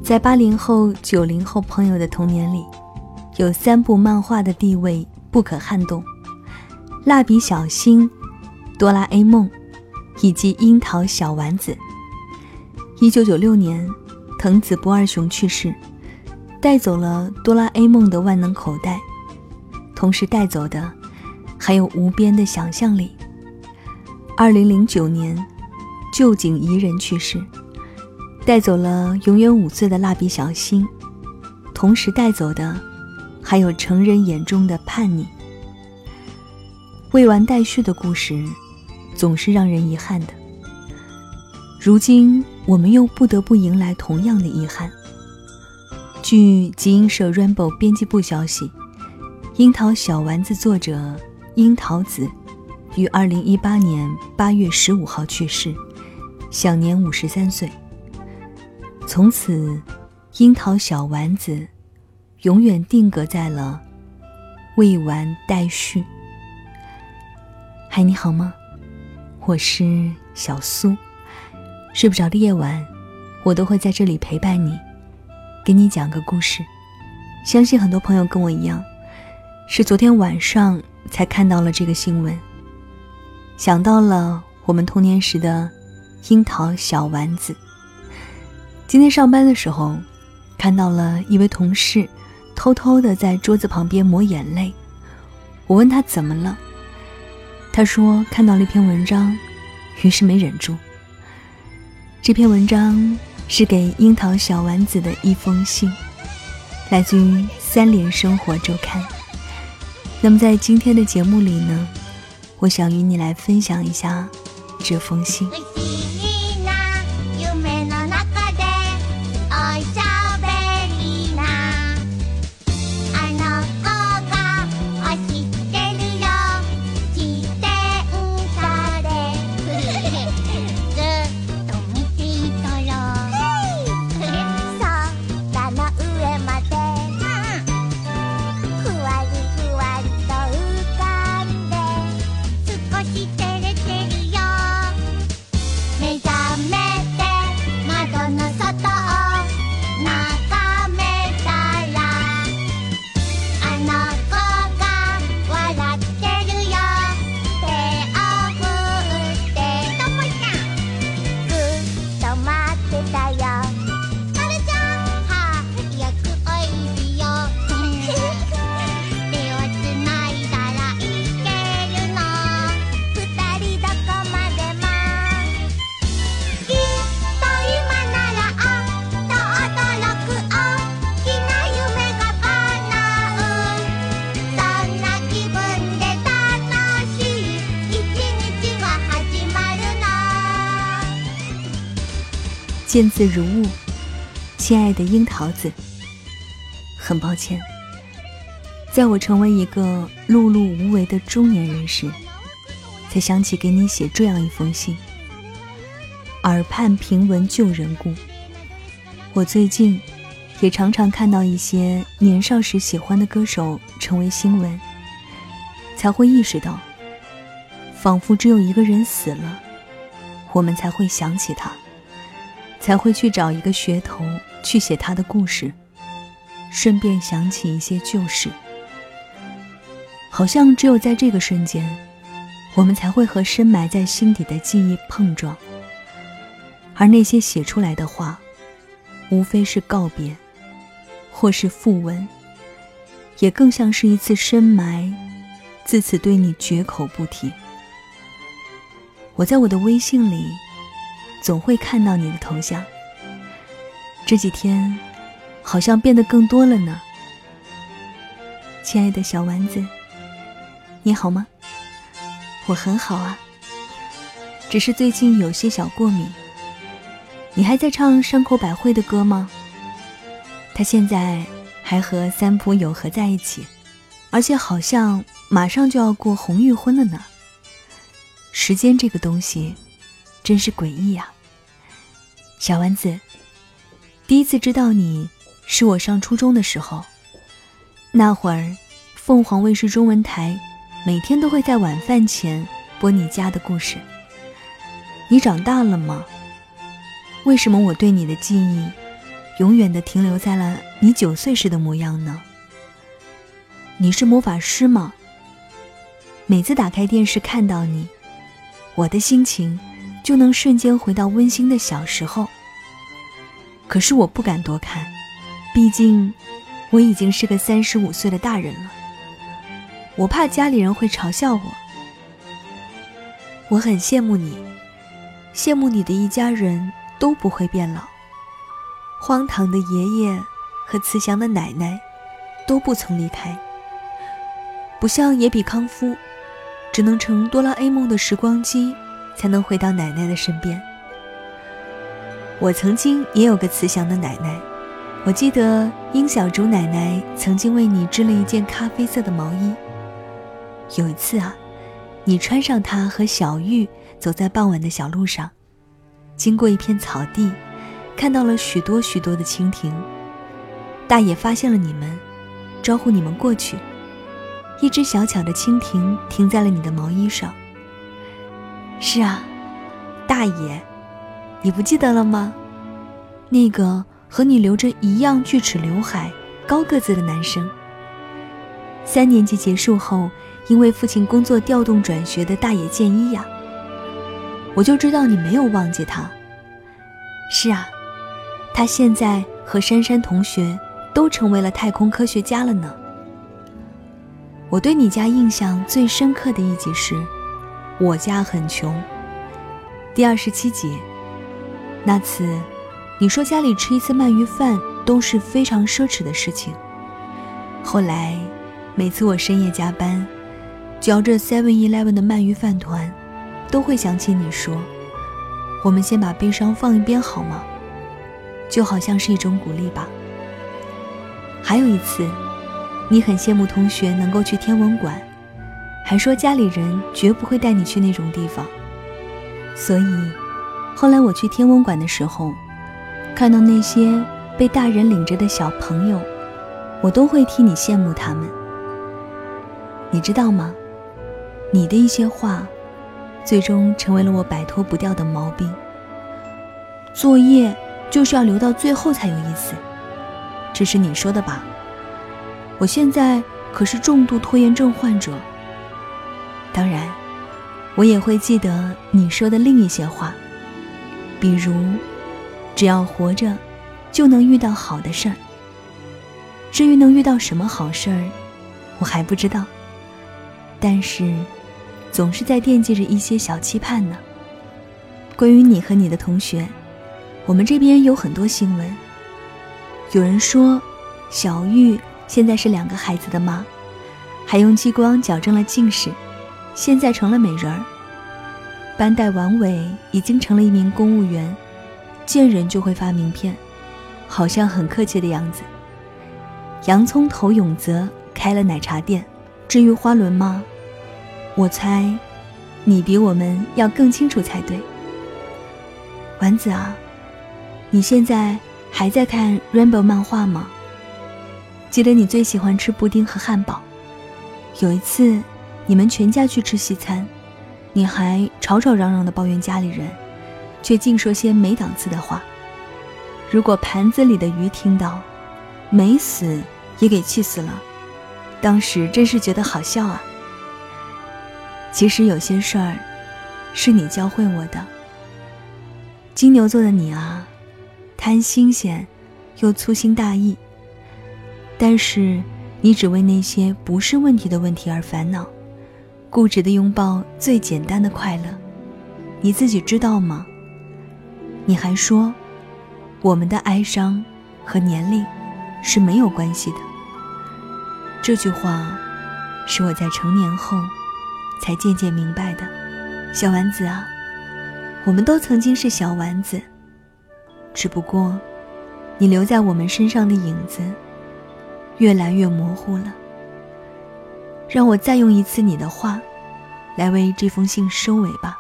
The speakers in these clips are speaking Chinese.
在80后、90后朋友的童年里，有3部漫画的地位不可撼动：蜡笔小新、哆啦 A 梦以及樱桃小丸子。1996年，藤子不二雄去世，带走了哆啦 A 梦的万能口袋，同时带走的还有无边的想象力。2009年，臼井仪人去世，带走了永远5岁的蜡笔小新，同时带走的还有成人眼中的叛逆。未完待续的故事总是让人遗憾的，如今我们又不得不迎来同样的遗憾。据集英社 Rainbow 编辑部消息，樱桃小丸子作者樱桃子于2018年8月15号去世，享年53岁。从此，樱桃小丸子永远定格在了未完待续。嗨，你好吗？我是小苏。睡不着的夜晚，我都会在这里陪伴你，给你讲个故事。相信很多朋友跟我一样，是昨天晚上才看到了这个新闻，想到了我们童年时的樱桃小丸子。今天上班的时候，看到了一位同事偷偷地在桌子旁边抹眼泪。我问他怎么了，他说看到了一篇文章，于是没忍住。这篇文章是给樱桃小丸子的一封信，来自于3联生活周刊。那么在今天的节目里呢，我想与你来分享一下这封信。见字如晤，亲爱的樱桃子，很抱歉，在我成为一个碌碌无为的中年人时，才想起给你写这样一封信。耳畔平闻旧人故，我最近也常常看到一些年少时喜欢的歌手成为新闻，才会意识到，仿佛只有一个人死了，我们才会想起他，才会去找一个噱头去写他的故事，顺便想起一些旧事。好像只有在这个瞬间，我们才会和深埋在心底的记忆碰撞，而那些写出来的话，无非是告别，或是讣文，也更像是一次深埋，自此对你绝口不提。我在我的微信里总会看到你的头像，这几天好像变得更多了呢。亲爱的小丸子，你好吗？我很好啊，只是最近有些小过敏。你还在唱山口百惠的歌吗？他现在还和三浦友和在一起，而且好像马上就要过红玉婚了呢。时间这个东西真是诡异啊。小丸子，第一次知道你是我上初中的时候，那会儿凤凰卫视中文台每天都会在晚饭前播你家的故事。你长大了吗？为什么我对你的记忆永远地停留在了你9岁时的模样呢？你是魔法师吗？每次打开电视看到你，我的心情就能瞬间回到温馨的小时候。可是我不敢多看，毕竟我已经是个35岁的大人了，我怕家里人会嘲笑我。我很羡慕你，羡慕你的一家人都不会变老，荒唐的爷爷和慈祥的奶奶都不曾离开，不像野比康夫，只能乘哆啦 A 梦的时光机才能回到奶奶的身边。我曾经也有个慈祥的奶奶，我记得殷小竹奶奶曾经为你织了一件咖啡色的毛衣。有一次啊，你穿上它和小玉走在傍晚的小路上，经过一片草地，看到了许多许多的蜻蜓。大爷发现了你们，招呼你们过去。一只小巧的蜻蜓停在了你的毛衣上。是啊，大爷，你不记得了吗？那个和你留着一样锯齿刘海、高个子的男生。3年级结束后，因为父亲工作调动转学的大野健一呀，我就知道你没有忘记他。是啊，他现在和珊珊同学都成为了太空科学家了呢。我对你家印象最深刻的一集是我家很穷，第27集。那次你说家里吃一次鳗鱼饭都是非常奢侈的事情，后来每次我深夜加班嚼着 7-Eleven 的鳗鱼饭团，都会想起你说，我们先把悲伤放一边好吗？就好像是一种鼓励吧。还有一次，你很羡慕同学能够去天文馆，还说家里人绝不会带你去那种地方。所以后来我去天文馆的时候，看到那些被大人领着的小朋友，我都会替你羡慕他们。你知道吗？你的一些话最终成为了我摆脱不掉的毛病。作业就是要留到最后才有意思，这是你说的吧？我现在可是重度拖延症患者。当然，我也会记得你说的另一些话，比如只要活着就能遇到好的事儿。至于能遇到什么好事儿，我还不知道，但是总是在惦记着一些小期盼呢。关于你和你的同学，我们这边有很多新闻。有人说小玉现在是2个孩子的妈，还用激光矫正了近视，现在成了美人儿。班代王伟已经成了一名公务员，见人就会发名片，好像很客气的样子。洋葱头永泽开了奶茶店。至于花轮吗？我猜你比我们要更清楚才对。丸子啊，你现在还在看 Rainbow 漫画吗？记得你最喜欢吃布丁和汉堡。有一次你们全家去吃西餐，你还吵吵嚷嚷地抱怨家里人，却净说些没档次的话。如果盘子里的鱼听到，没死也给气死了，当时真是觉得好笑啊。其实有些事儿是你教会我的。金牛座的你啊，贪新鲜又粗心大意，但是你只为那些不是问题的问题而烦恼，固执地拥抱最简单的快乐。你自己知道吗？你还说我们的哀伤和年龄是没有关系的。这句话是我在成年后才渐渐明白的。小丸子啊，我们都曾经是小丸子，只不过你留在我们身上的影子越来越模糊了。让我再用一次你的话来为这封信收尾吧。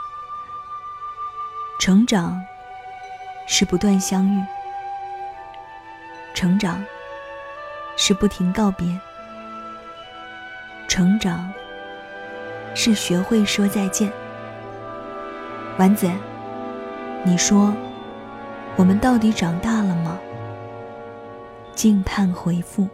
成长是不断相遇，成长是不停告别，成长是学会说再见。丸子，你说我们到底长大了吗？ 静盼回复。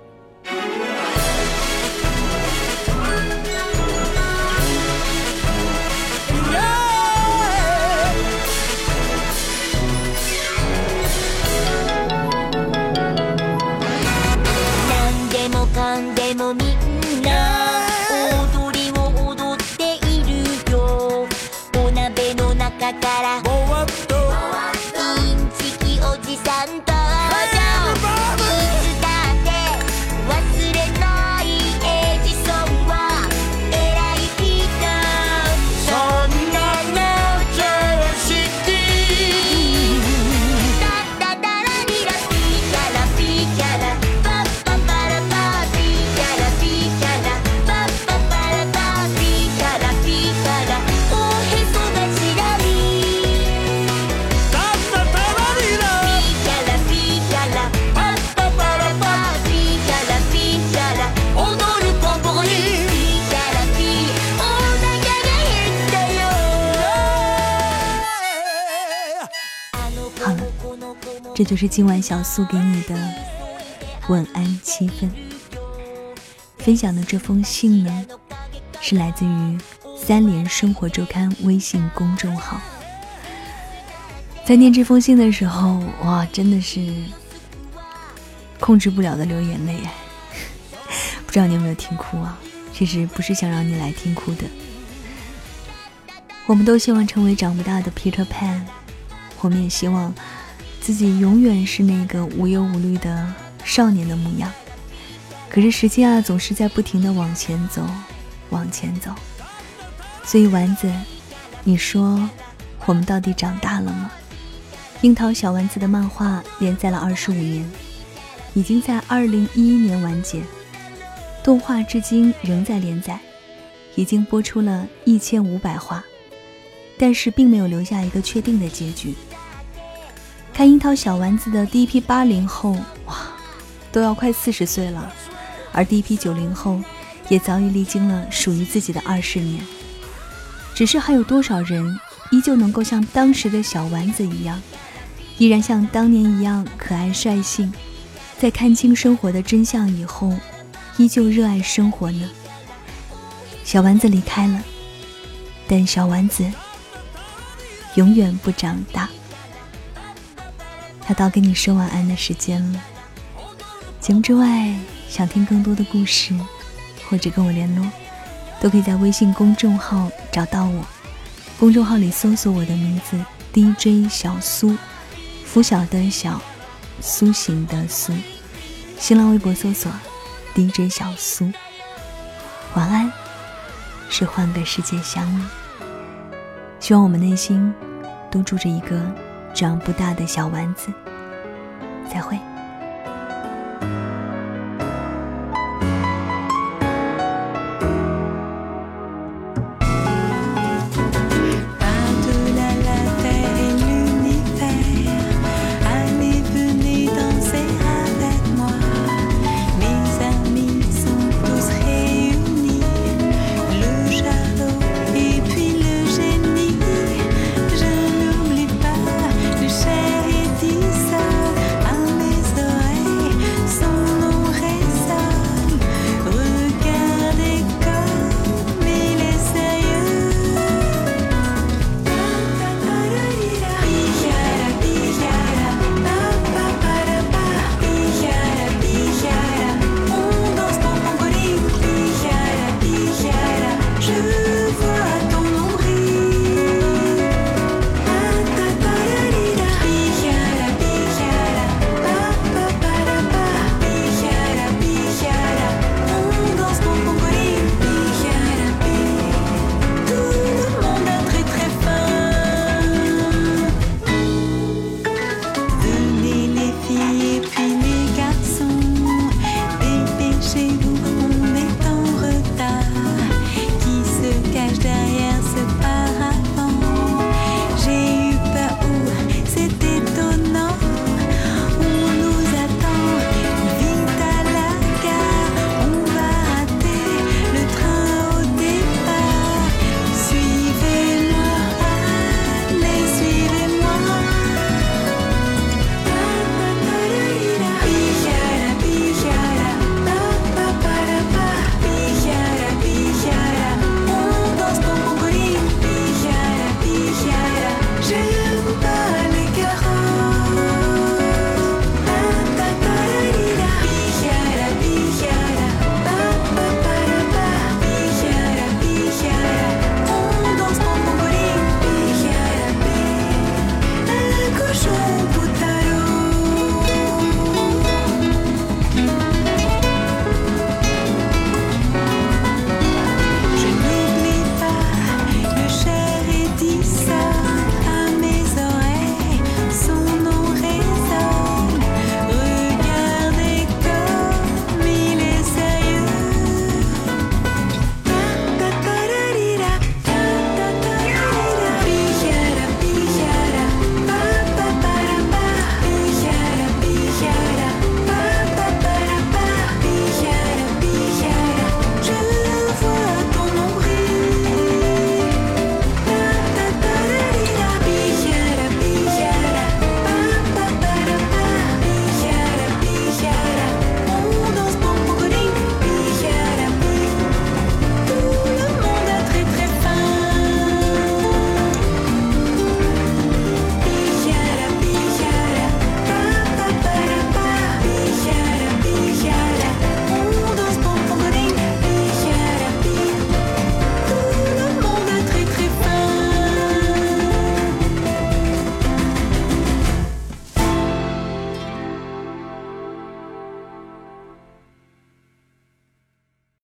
何でもかんでもみんな踊りを踊っているよ。お鍋の中からもわっとインチキおじさん登場。いつだって忘れないエジソンは偉い人。そんなの常識。タッタタラリラピーキャラピーキャラパッパパラパーピーキャラピーキャラパッパパラパーピーキャラピーキャラおへそがちらりタッタタラリラピーキャラピーキャラパッパパラパーピーキャラピーキャラ踊るポンポコリピーキャラピーお腹が減ったよ。 好了，这就是今晚小苏给你的晚安7分。分享的这封信呢，是来自于3联生活周刊微信公众号。在念这封信的时候，哇，真的是控制不了的流眼泪哎，不知道你有没有听哭啊？其实不是想让你来听哭的。我们都希望成为长不大的 Peter Pan， 我们也希望自己永远是那个无忧无虑的少年的模样。可是时间啊，总是在不停地往前走，往前走。所以丸子，你说我们到底长大了吗？樱桃小丸子的漫画连载了25年，已经在2011年完结，动画至今仍在连载，已经播出了1500话，但是并没有留下一个确定的结局。看樱桃小丸子的第一批80后，哇，都要快40岁了，而第一批90后也早已历经了属于自己的20年。只是还有多少人依旧能够像当时的小丸子一样，依然像当年一样可爱率性，在看清生活的真相以后，依旧热爱生活呢？小丸子离开了，但小丸子永远不长大。要到跟你说晚安的时间了。节目之外，想听更多的故事或者跟我联络，都可以在微信公众号找到我，公众号里搜索我的名字 DJ 小苏，拂晓的小，苏醒的苏，新浪微博搜索 DJ 小苏。晚安，是换个世界想你。希望我们内心都住着一个长不大的小丸子。再会。